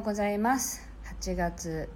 ございます。8月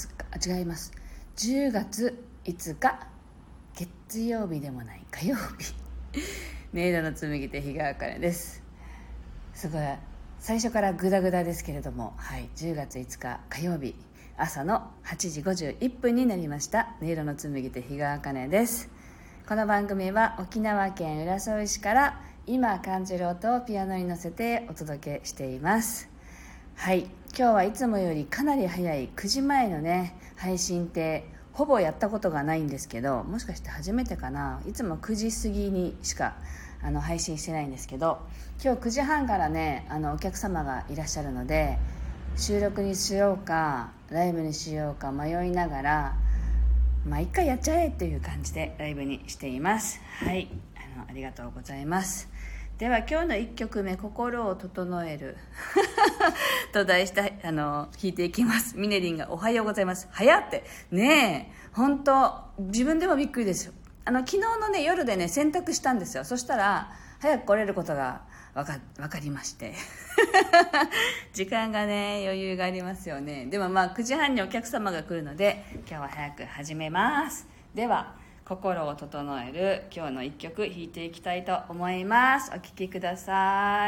5日、違います。10月5日、月曜日でもない火曜日。音色の紡手日川茜です。すごい最初からグダグダですけれども、10月5日火曜日朝の8時51分になりました。音色の紡手日川茜です。この番組は沖縄県浦添市から今感じる音をピアノに乗せてお届けしています。今日はいつもよりかなり早い9時前のね配信ってほぼやったことがないんですけど、もしかして初めてかな。いつも9時過ぎにしか配信してないんですけど、今日9時半からねお客様がいらっしゃるので、収録にしようかライブにしようか迷いながら、一回やっちゃえっていう感じでライブにしています。ありがとうございます。では今日の1曲目、心を整えると題した弾いていきます。ミネリンがおはようございます。早ってねえ、本当自分でもびっくりですよ。昨日のね夜でね洗濯したんですよ。そしたら早く来れることが分かりまして時間がね余裕がありますよね。でも9時半にお客様が来るので今日は早く始めます。では心を整える今日の一曲弾いていきたいと思います。お聴きくださ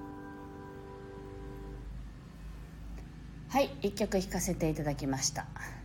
い。1曲弾かせていただきました。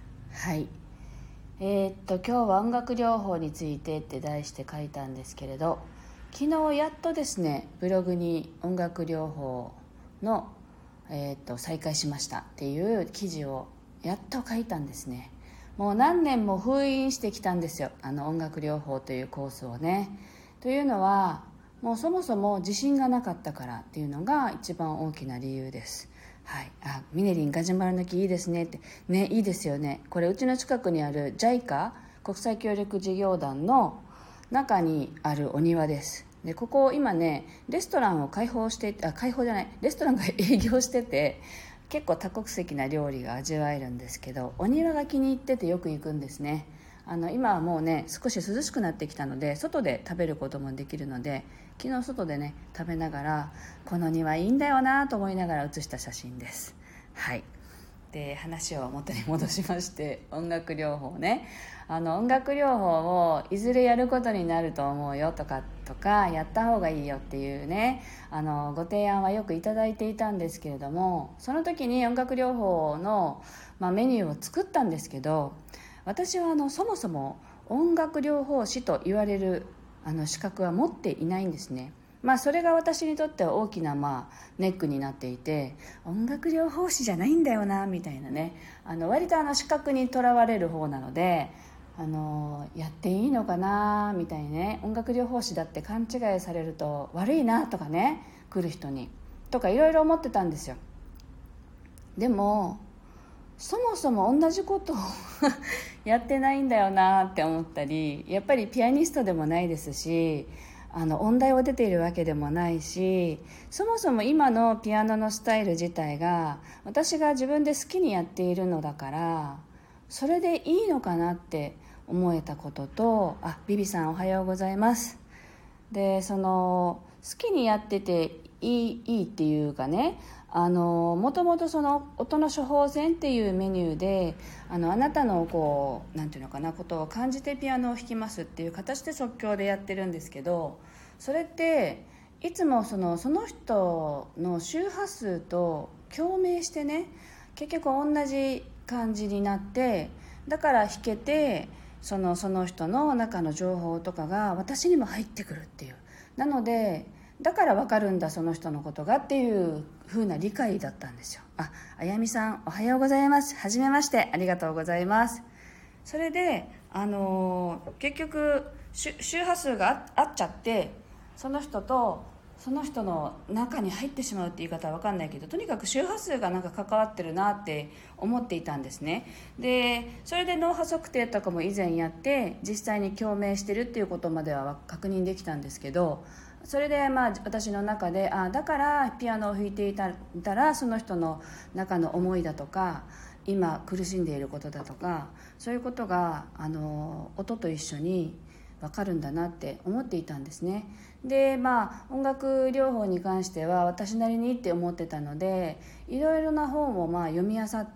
はい今日は音楽療法についてって題して書いたんですけれど、昨日やっとですねブログに音楽療法の、再開しましたっていう記事をやっと書いたんですね。もう何年も封印してきたんですよ、音楽療法というコースをね。というのはもうそもそも自信がなかったからっていうのが一番大きな理由です。はい、ミネリンガジュマルの木いいですねってね。いいですよね。これうちの近くにある JICA 国際協力事業団の中にあるお庭です。でここ今ねレストランを開放して開放じゃないレストランが営業してて、結構多国籍な料理が味わえるんですけど、お庭が気に入っててよく行くんですね。今はもうね少し涼しくなってきたので外で食べることもできるので、昨日外でね食べながらこの庭いいんだよなと思いながら写した写真です。はい。で話を元に戻しまして、音楽療法ね、音楽療法をいずれやることになると思うよとかやった方がいいよっていうねご提案はよくいただいていたんですけれども、その時に音楽療法の、メニューを作ったんですけど、私はそもそも音楽療法士と言われる資格は持っていないんですね。それが私にとっては大きなネックになっていて、音楽療法士じゃないんだよなみたいなね、割と資格にとらわれる方なので、やっていいのかなみたいにね、音楽療法士だって勘違いされると悪いなとかね、来る人にとかいろいろ思ってたんですよ。でもそもそも同じことをやってないんだよなって思ったり、やっぱりピアニストでもないですし、音大を出ているわけでもないし、そもそも今のピアノのスタイル自体が私が自分で好きにやっているのだから、それでいいのかなって思えたことと、ビビさんおはようございます。で好きにやってていいっていうかね、もともとその音の処方箋っていうメニューであなたのなんていうのかなことを感じてピアノを弾きますっていう形で即興でやってるんですけど、それっていつもその人の周波数と共鳴してね、結局同じ感じになって、だから弾けてその人の中の情報とかが私にも入ってくるっていう、なのでだから分かるんだその人のことがっていう風な理解だったんですよ。あやみさんおはようございます。はじめまして、ありがとうございます。それで結局周波数が合っちゃって、その人とその人の中に入ってしまうって言い方は分かんないけど、とにかく周波数がなんか関わってるなって思っていたんですね。でそれで脳波測定とかも以前やって実際に共鳴してるっていうことまでは確認できたんですけど、それで私の中でだからピアノを弾いていたらその人の中の思いだとか今苦しんでいることだとか、そういうことが音と一緒に分かるんだなって思っていたんですね。で音楽療法に関しては私なりにって思ってたので、いろいろな本を読み漁って、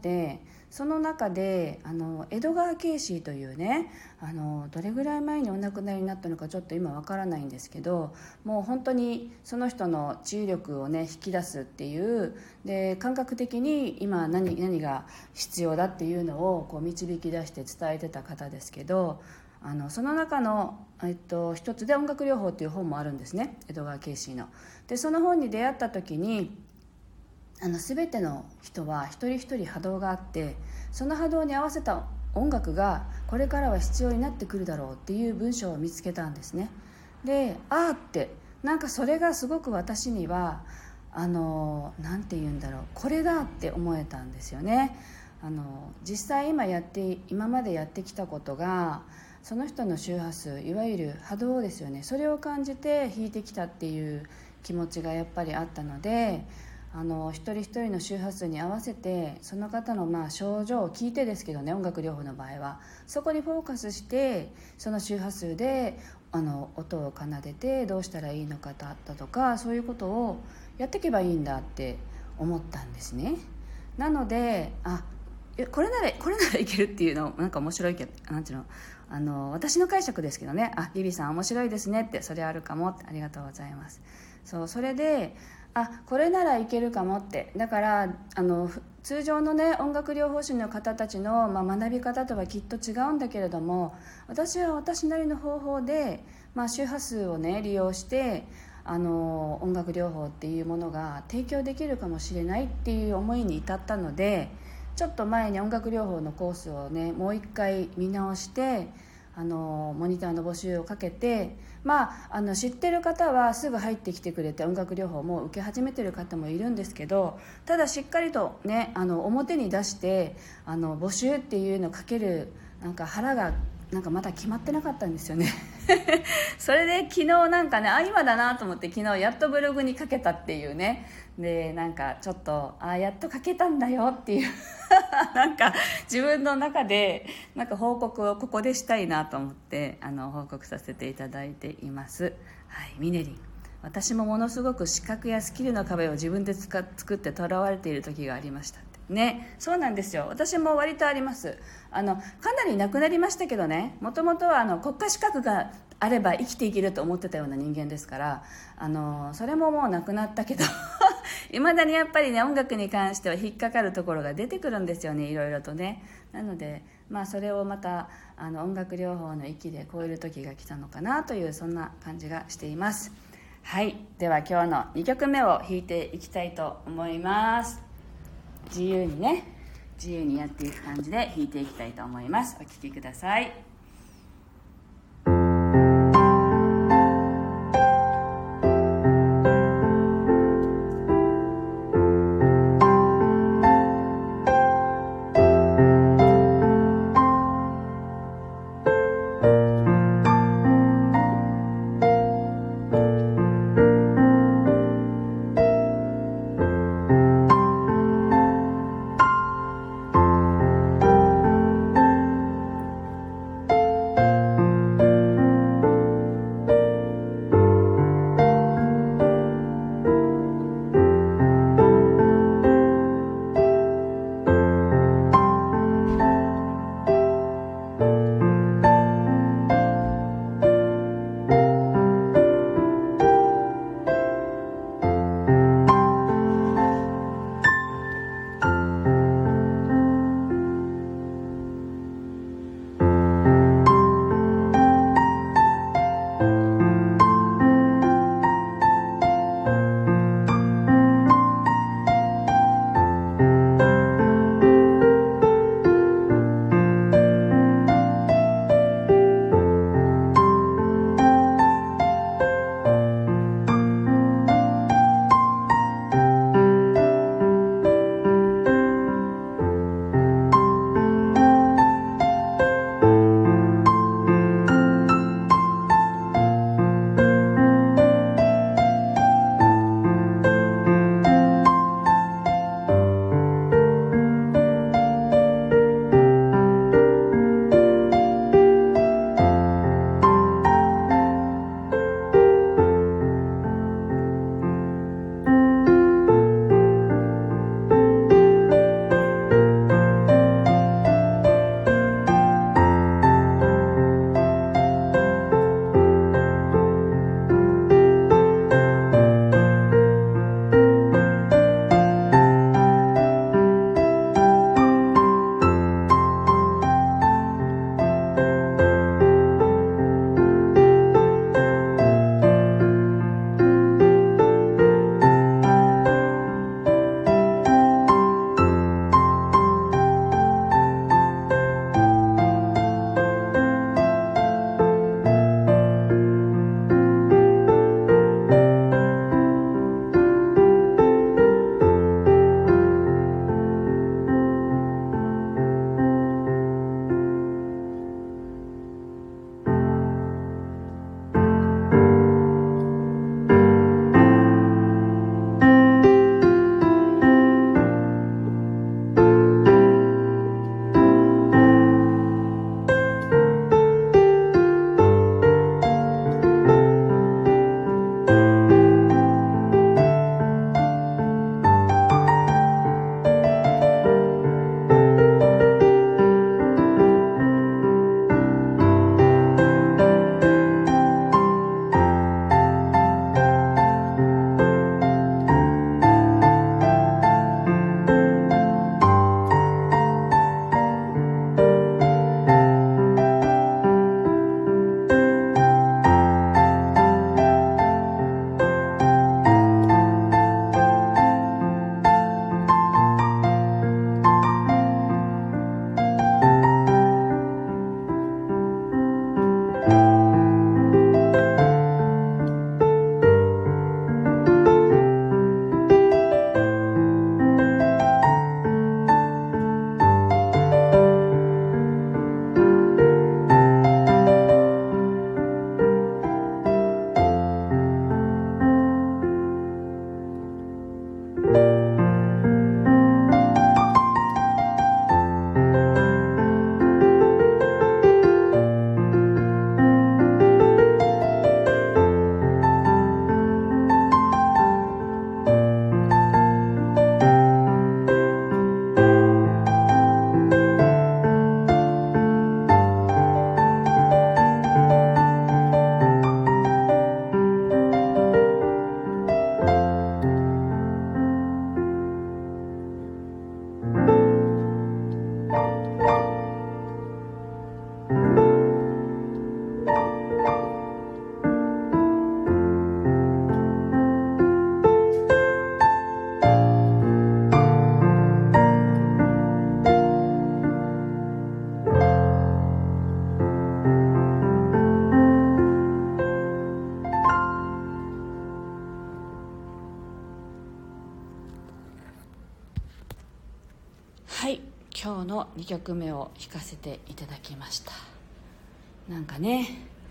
その中で江戸川慶子というね、どれぐらい前にお亡くなりになったのかちょっと今わからないんですけど、もう本当にその人の治癒力をね引き出すっていう、で感覚的に今何が必要だっていうのを導き出して伝えてた方ですけど、その中の、一つで音楽療法っていう本もあるんですね、江戸川慶子の。でその本に出会った時に全ての人は一人一人波動があって、その波動に合わせた音楽がこれからは必要になってくるだろうっていう文章を見つけたんですね。でってなんかそれがすごく私にはなんて言うんだろう、これだって思えたんですよね。実際今までやってきたことがその人の周波数、いわゆる波動ですよね、それを感じて弾いてきたっていう気持ちがやっぱりあったので、一人一人の周波数に合わせてその方の症状を聞いてですけどね、音楽療法の場合はそこにフォーカスしてその周波数で音を奏でてどうしたらいいのかだとか、そういうことをやっていけばいいんだって思ったんですね。なのでこれならいけるっていうのなんか面白いけど、なんていうの私の解釈ですけどね、リリさん面白いですねって、それあるかもって、ありがとうございます。それでこれならいけるかもって。だから通常のね音楽療法士の方たちの、学び方とはきっと違うんだけれども、私は私なりの方法で、周波数をね利用して音楽療法っていうものが提供できるかもしれないっていう思いに至ったので、ちょっと前に音楽療法のコースをねもう一回見直してモニターの募集をかけて、知ってる方はすぐ入ってきてくれて音楽療法も受け始めてる方もいるんですけど、ただしっかりとね表に出して募集っていうのをかける腹がまだ決まってなかったんですよねそれで昨日今だなと思って昨日やっとブログにかけたっていうね。でちょっとやっとかけたんだよっていう自分の中で報告をここでしたいなと思って報告させていただいています。はい、ミネリン、私もものすごく視覚やスキルの壁を自分で作ってとらわれている時がありましたね。そうなんですよ。私も割とあります。かなりなくなりましたけどね、もともとは国家資格があれば生きていけると思ってたような人間ですから、それももうなくなったけどいまだにやっぱりね音楽に関しては引っかかるところが出てくるんですよね、いろいろとね。なのでそれをまた音楽療法の域で超える時が来たのかなという、そんな感じがしています。はい、では今日の2曲目を弾いていきたいと思います。自由にやっていく感じで弾いていきたいと思います。お聴きください。 の2曲目を弾かせていただきました。なんかね、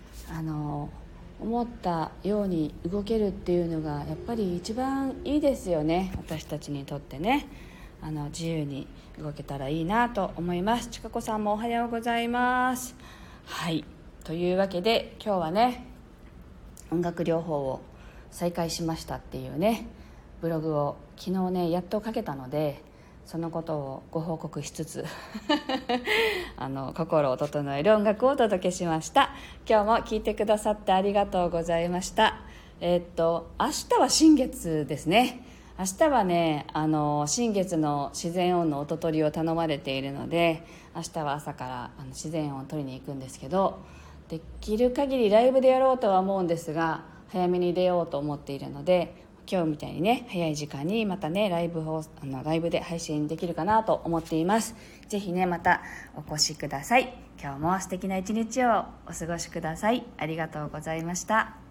思ったように動けるっていうのがやっぱり一番いいですよね。私たちにとってね、自由に動けたらいいなと思います。ちかこさんもおはようございます。はい、というわけで今日はね、音楽療法を再開しましたっていうねブログを昨日ねやっと書けたので、そのことをご報告しつつ心を整える音楽をお届けしました。今日も聞いてくださってありがとうございました。明日は新月ですね。明日はね新月の自然音の音取りを頼まれているので、明日は朝から自然音を取りに行くんですけど、できる限りライブでやろうとは思うんですが、早めに出ようと思っているので、今日みたいにね早い時間にまたねライブで配信できるかなと思っています。ぜひねまたお越しください。今日も素敵な一日をお過ごしください。ありがとうございました。